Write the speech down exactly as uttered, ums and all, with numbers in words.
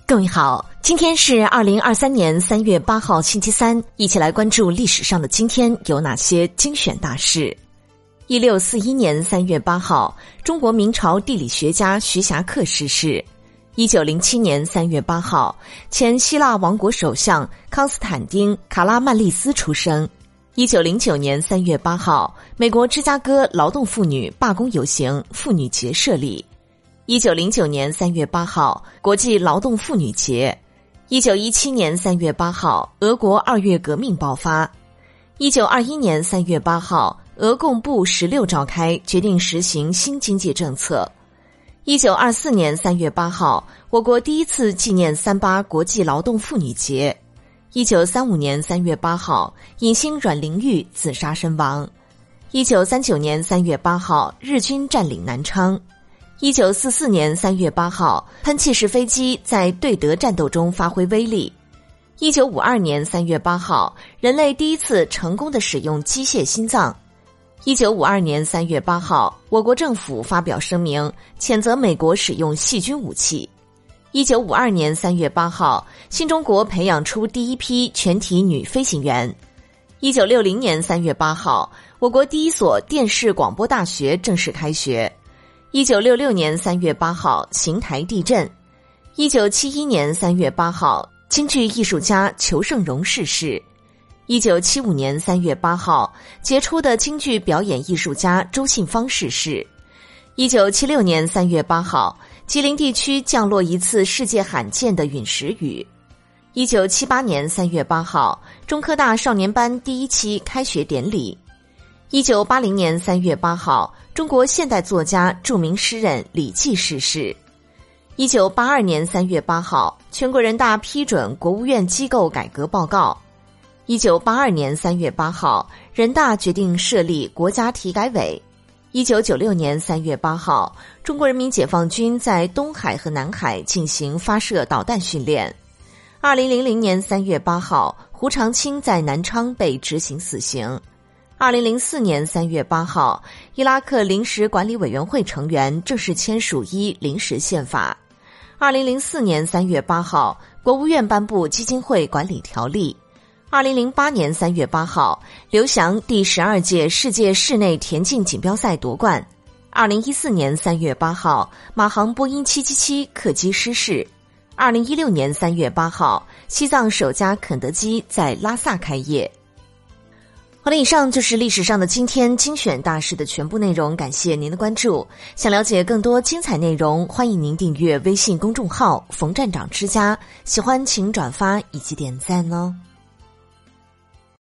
各位好，今天是二零二三年三月八号星期三，一起来关注历史上的今天有哪些精选大事。一六四一年三月八号，中国明朝地理学家徐霞客逝世。一九零七年三月八号，前希腊王国首相康斯坦丁·卡拉曼利斯出生。一九零九年三月八号，美国芝加哥劳动妇女罢工游行妇女节设立。一九零九年三月八号，国际劳动妇女节。一九一七年三月八号，俄国二月革命爆发。一九二一年三月八号，俄共部十六召开，决定实行新经济政策。一九二四年三月八号，我国第一次纪念三八国际劳动妇女节。一九三五年三月八号，影星阮玲玉自杀身亡。一九三九年三月八号，日军占领南昌。一九四四年三月八号，喷气式飞机在对德战斗中发挥威力。一九五二年三月八号，人类第一次成功地使用机械心脏。一九五二年三月八号，我国政府发表声明，谴责美国使用细菌武器。一九五二年三月八号，新中国培养出第一批全体女飞行员。一九六零年三月八号，我国第一所电视广播大学正式开学。一九六六年三月八号，邢台地震。一九七一年三月八号，京剧艺术家裘盛戎逝世。一九七五年三月八号，杰出的京剧表演艺术家周信芳逝世。一九七六年三月八号，吉林地区降落一次世界罕见的陨石雨。一九七八年三月八号，中科大少年班第一期开学典礼。一九八零年三月八号，中国现代作家、著名诗人李济逝世。一九八二年三月八号，全国人大批准国务院机构改革报告。一九八二年三月八号，人大决定设立国家体改委。一九九六年三月八号，中国人民解放军在东海和南海进行发射导弹训练。二零零零年三月八号，胡长清在南昌被执行死刑。二零零四年三月八号，伊拉克临时管理委员会成员正式签署一临时宪法。二零零四年三月八号，国务院颁布基金会管理条例。二零零八年三月八号，刘翔第十二届世界室内田径锦标赛夺冠。二零一四年三月八号，马航波音七七七客机失事。二零一六年三月八号，西藏首家肯德基在拉萨开业。好了，以上就是历史上的今天精选大事的全部内容，感谢您的关注。想了解更多精彩内容，欢迎您订阅微信公众号冯站长之家，喜欢请转发以及点赞哦。